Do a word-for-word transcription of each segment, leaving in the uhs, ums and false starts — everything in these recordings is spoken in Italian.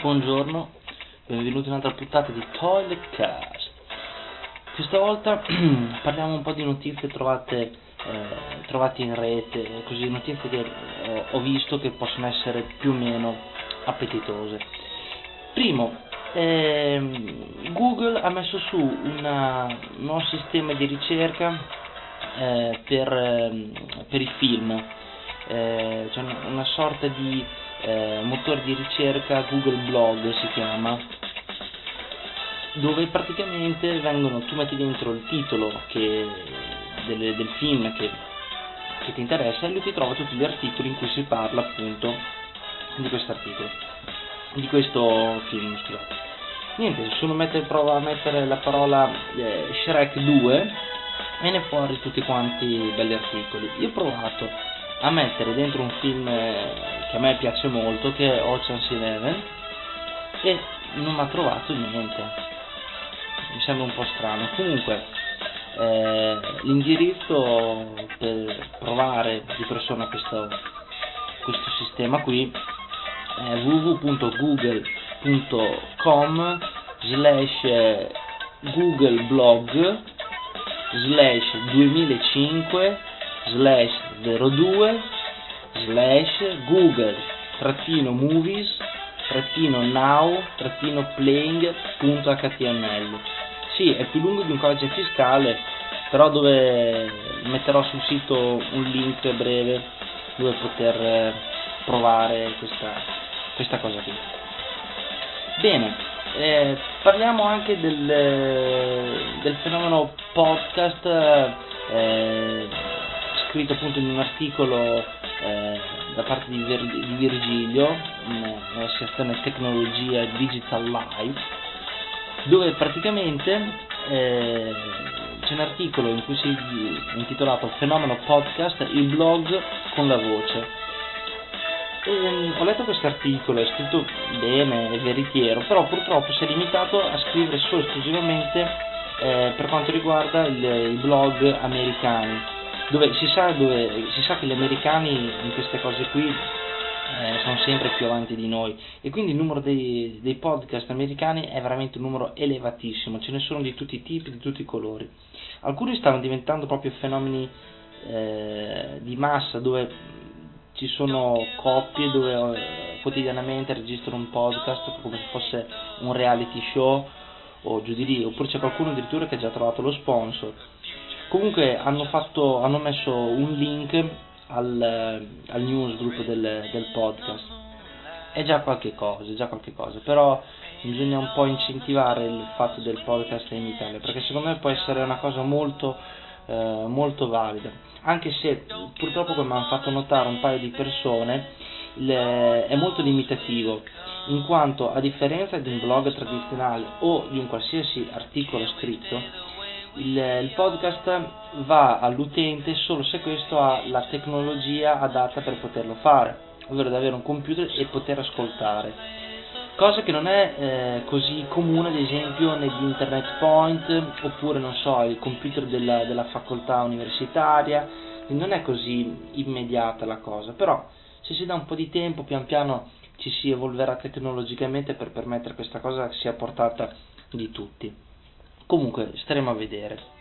Buongiorno, benvenuti in un'altra puntata di Toiletcast. Questa volta parliamo un po' di notizie trovate, eh, trovate in rete, così notizie che eh, ho visto che possono essere più o meno appetitose. Primo, ehm, Google ha messo su una, un nuovo sistema di ricerca eh, per, eh, per i film, eh, cioè una, una sorta di Eh, motore di ricerca, Google Blog si chiama, dove praticamente vengono, tu metti dentro il titolo che, del, del film che, che ti interessa e lui ti trova tutti gli articoli in cui si parla appunto di questo articolo, di questo film, scusate. Niente, se uno mette, prova a mettere la parola eh, Shrek due, viene fuori tutti quanti belli articoli. Io ho provato a mettere dentro un film che a me piace molto, che è Ocean's Eleven, e non mi ha trovato niente, mi sembra un po' strano. Comunque eh, l'indirizzo per provare di persona questo, questo sistema qui è w w w punto google punto com slash googleblog slash duemilacinque slash zero due slash google trattino movies trattino now trattino playing punto h t m l. Sì, è più lungo di un codice fiscale, però dove metterò sul sito un link breve dove poter provare questa, questa cosa qui. Bene, eh, parliamo anche del, del fenomeno podcast, eh, scritto appunto in un articolo eh, da parte di, Vir- di Virgilio, nella sezione Tecnologia Digital Life, dove praticamente eh, c'è un articolo in cui si è intitolato Fenomeno podcast, il blog con la voce. E ho letto questo articolo, è scritto bene, è veritiero, però purtroppo si è limitato a scrivere solo esclusivamente eh, per quanto riguarda il, i blog americani, dove si sa, dove si sa che gli americani in queste cose qui eh, sono sempre più avanti di noi, e quindi il numero dei, dei podcast americani è veramente un numero elevatissimo, ce ne sono di tutti i tipi, di tutti i colori. Alcuni stanno diventando proprio fenomeni eh, di massa, dove ci sono coppie dove eh, quotidianamente registrano un podcast come se fosse un reality show o giù di lì, oppure c'è qualcuno addirittura che ha già trovato lo sponsor. Comunque hanno fatto, hanno messo un link al, al newsgroup del, del podcast. È già qualche cosa, è già qualche cosa, però bisogna un po' incentivare il fatto del podcast in Italia, perché secondo me può essere una cosa molto eh, molto valida, anche se purtroppo, come hanno fatto notare un paio di persone, il, è molto limitativo, in quanto a differenza di un blog tradizionale o di un qualsiasi articolo scritto, il, il podcast va all'utente solo se questo ha la tecnologia adatta per poterlo fare, ovvero di avere un computer e poter ascoltare, cosa che non è eh, così comune ad esempio negli internet point, oppure non so, il computer della, della facoltà universitaria, quindi non è così immediata la cosa, però se si dà un po' di tempo pian piano ci si evolverà tecnologicamente per permettere questa cosa che sia a portata di tutti. Comunque staremo a vedere.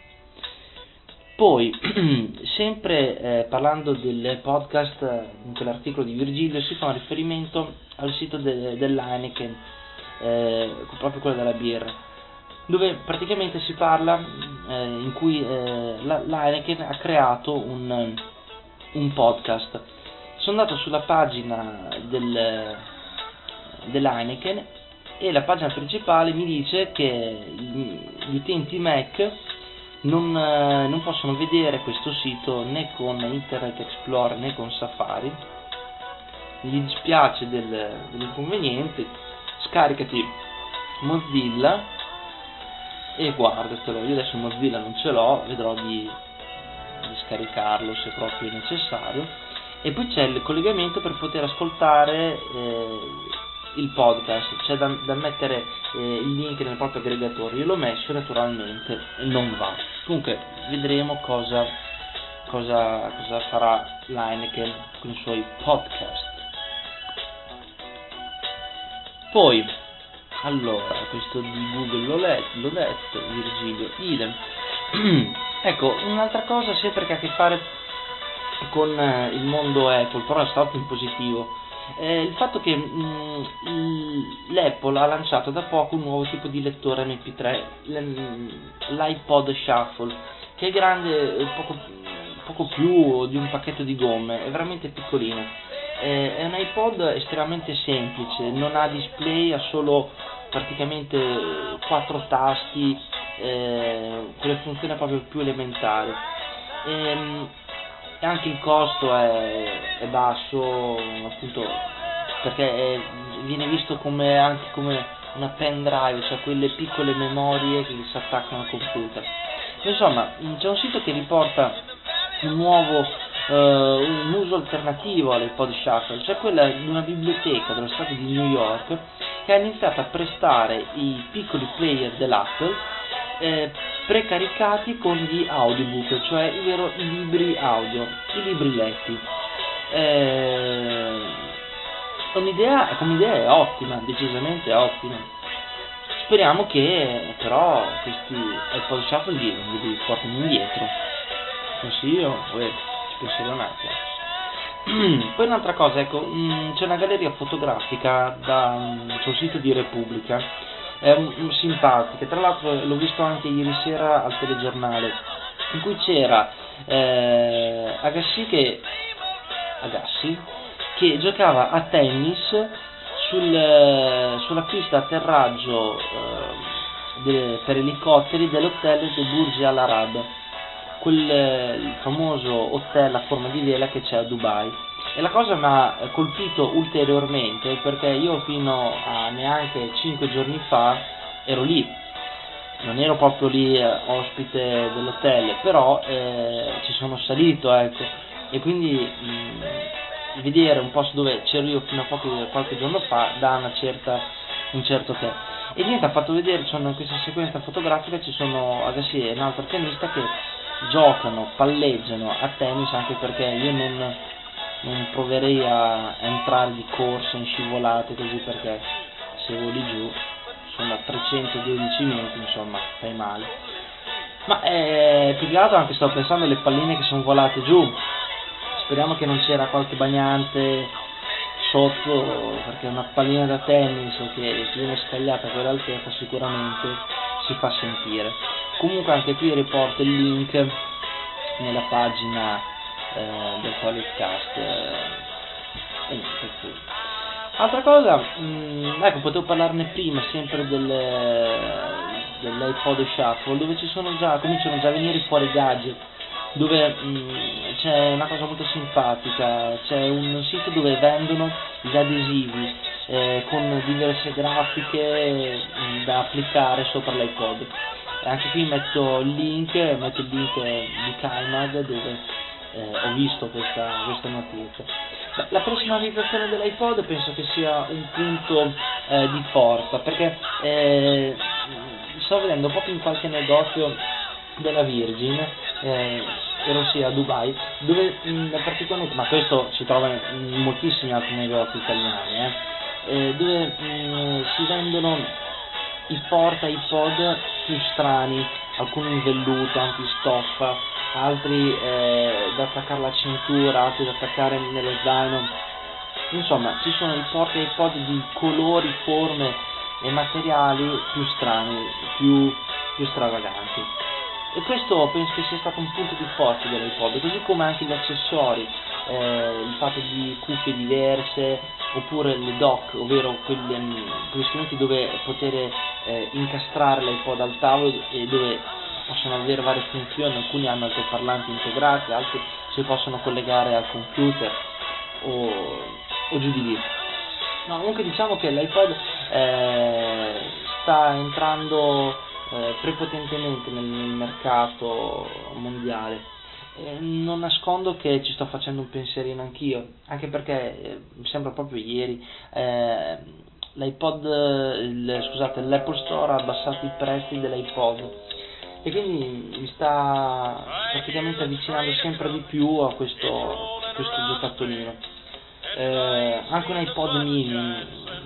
Poi, sempre eh, parlando del podcast, in quell'articolo di Virgilio si fa un riferimento al sito de- dell'Heineken, eh, proprio quello della birra, dove praticamente si parla eh, in cui eh, la, l'Heineken ha creato un, un podcast. Sono andato sulla pagina del, dell'Heineken e la pagina principale mi dice che gli utenti Mac Non, eh, non possono vedere questo sito né con Internet Explorer né con Safari. Gli dispiace del, dell'inconveniente, scaricati Mozilla e guardatelo. Io adesso Mozilla non ce l'ho, vedrò di, di scaricarlo se proprio è necessario, e poi c'è il collegamento per poter ascoltare eh, il podcast, c'è da, da mettere eh, il link nel proprio aggregatore. Io l'ho messo, naturalmente non va. Comunque vedremo cosa, cosa, cosa farà l'Heineken con i suoi podcast. Poi, allora, questo di Google l'ho letto, l'ho detto, Virgilio, idem. Ecco, un'altra cosa sempre che ha a che fare con eh, il mondo Apple, però è stato in positivo, eh, il fatto che mh, l'Apple ha lanciato da poco un nuovo tipo di lettore M P tre, l'iPod Shuffle, che è grande eh, poco, poco più di un pacchetto di gomme, è veramente piccolino. Eh, è un iPod estremamente semplice, non ha display, ha solo praticamente quattro tasti, eh, con le funzioni proprio più elementari. Ehm, e anche il costo è, è basso, appunto, perché è, viene visto come anche come una pen drive, cioè quelle piccole memorie che si attaccano al computer. Insomma, c'è un sito che riporta un nuovo eh, un uso alternativo all'iPod Shuffle, cioè quella di una biblioteca dello stato di New York che ha iniziato a prestare i piccoli player dell'Apple eh, precaricati con gli audiobook, cioè i, vero, i libri audio, i libri letti. Eh, un'idea, come idea è ottima, decisamente ottima. Speriamo che però questi iPod Shuffle li, li portino indietro. Consiglio, uè, ci penserò un attimo. Poi un'altra cosa, ecco, mh, c'è una galleria fotografica da, mh, sul sito di Repubblica, è um, simpatica, tra l'altro l'ho visto anche ieri sera al telegiornale, in cui c'era eh, Agassi che, Agassi che giocava a tennis sul, sulla pista atterraggio eh, de, per elicotteri dell'hotel de Burj Al Arab, quel il famoso hotel a forma di vela che c'è a Dubai. E la cosa mi ha colpito ulteriormente perché io fino a neanche cinque giorni fa ero lì, non ero proprio lì eh, ospite dell'hotel, però eh, ci sono salito, ecco, e quindi mh, vedere un posto dove c'ero io fino a poco, qualche giorno fa dà una certa, un certo che. E niente, ha fatto vedere, sono in questa sequenza fotografica ci sono Agassi e un altro tennista che giocano, palleggiano a tennis, anche perché io non, non proverei a entrare di corsa in scivolate così, perché se voli giù sono a trecentododici metri, insomma, fai male. Ma eh, più che altro anche sto pensando alle palline che sono volate giù, speriamo che non c'era qualche bagnante sotto, perché una pallina da tennis che viene scagliata a quell'altezza sicuramente si fa sentire. Comunque anche qui riporto il link nella pagina eh, del podcast eh, e niente qui. Altra cosa, mh, ecco, potevo parlarne prima sempre del, dell'iPod Shuffle, dove ci sono già, cominciano già a venire fuori gadget, dove mh, c'è una cosa molto simpatica, c'è un sito dove vendono gli adesivi eh, con diverse grafiche mh, da applicare sopra l'iPod. E anche qui metto il link, metto il link di Kaimad dove eh, ho visto questa, questa notizia. Beh, la personalizzazione dell'iPod penso che sia un punto eh, di forza, perché eh, sto vedendo proprio in qualche negozio della Virgin, eh, ero sì a Dubai, dove mh, praticamente, ma questo si trova in moltissimi altri negozi italiani, eh, eh, dove mh, si vendono i porta iPod più strani, alcuni in velluto, antistoffa, altri eh, da attaccare alla cintura, altri da attaccare nello zaino. Insomma, ci sono i porta iPod di colori, forme e materiali più strani, più, più stravaganti. E questo penso che sia stato un punto di forza dell'iPod, così come anche gli accessori, eh, il fatto di cuffie diverse, oppure le dock, ovvero quegli, quegli strumenti dove poter eh, incastrare l'iPod al tavolo e dove possono avere varie funzioni, alcuni hanno altoparlanti integrati, altri si possono collegare al computer o, o giù di lì. No, comunque diciamo che l'iPod eh, sta entrando eh, prepotentemente nel, nel mercato mondiale. Eh, non nascondo che ci sto facendo un pensierino anch'io, anche perché eh, mi sembra proprio ieri eh, l'iPod, il, scusate, l'Apple Store ha abbassato i prezzi dell'iPod e quindi mi sta praticamente avvicinando sempre di più a questo, questo giocattolino. Eh, anche un iPod mini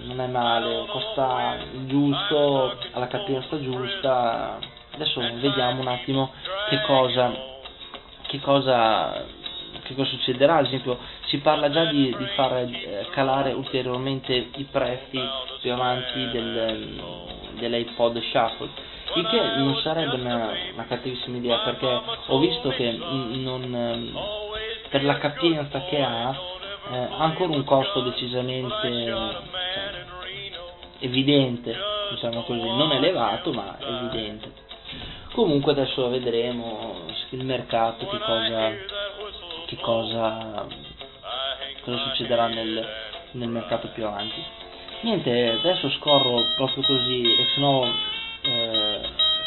non è male, costa il giusto, alla capienza giusta. Adesso vediamo un attimo che cosa, che cosa, che cosa succederà. Ad esempio si parla già di, di far eh, calare ulteriormente i prezzi più avanti del, dell'iPod Shuffle, il che non sarebbe una, una cattivissima idea, perché ho visto che non, per la capienza che ha eh, ha ancora un costo decisamente cioè, evidente, diciamo così, non elevato ma evidente. Comunque adesso vedremo il mercato che cosa, che cosa, cosa succederà nel, nel mercato più avanti. Niente, adesso scorro proprio così ex novo eh,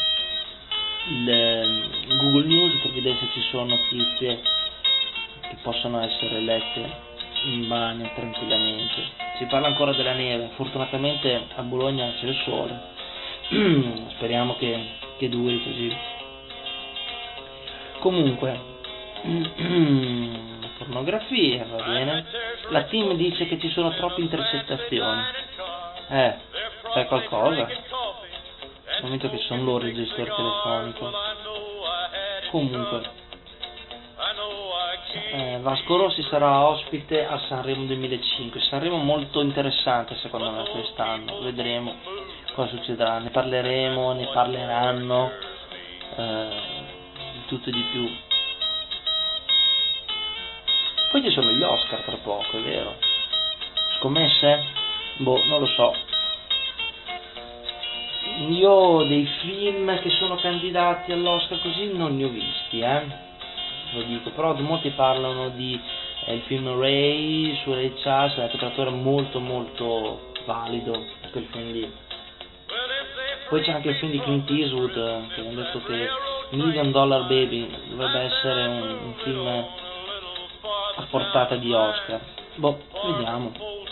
il Google News per vedere se ci sono notizie che possono essere lette in bagno tranquillamente. Si parla ancora della neve, fortunatamente a Bologna c'è il sole, speriamo che, che duri così. Comunque pornografia, va bene. La team dice che ci sono troppe intercettazioni. Eh, fai qualcosa? Al momento che sono loro il gestore telefonico. Comunque eh, Vasco Rossi sarà ospite a Sanremo duemilacinque. Sanremo molto interessante secondo me quest'anno, vedremo cosa succederà, ne parleremo, ne parleranno eh, di tutto e di più. Poi ci sono gli Oscar tra poco, è vero? Scommesse? Boh, non lo so. Io dei film che sono candidati all'Oscar così non ne ho visti, eh. Lo dico, però molti parlano di eh, il film Ray su Ray Charles, è un interpretore molto molto valido quel film lì. Poi c'è anche il film di Clint Eastwood che hanno detto che Million Dollar Baby dovrebbe essere un, un film a portata di Oscar. Boh, vediamo.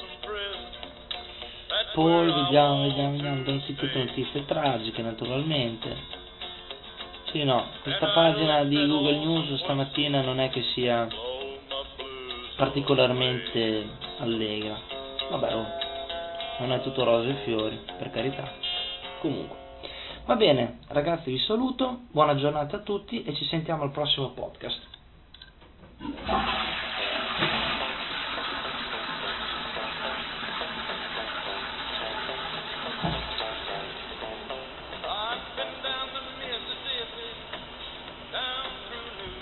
Poi vediamo, vediamo, vediamo, tutte notizie tragiche naturalmente. Sì, no, questa pagina di Google News stamattina non è che sia particolarmente allegra. Vabbè, oh, non è tutto rose e fiori, per carità. Comunque, va bene, ragazzi, vi saluto, buona giornata a tutti e ci sentiamo al prossimo podcast.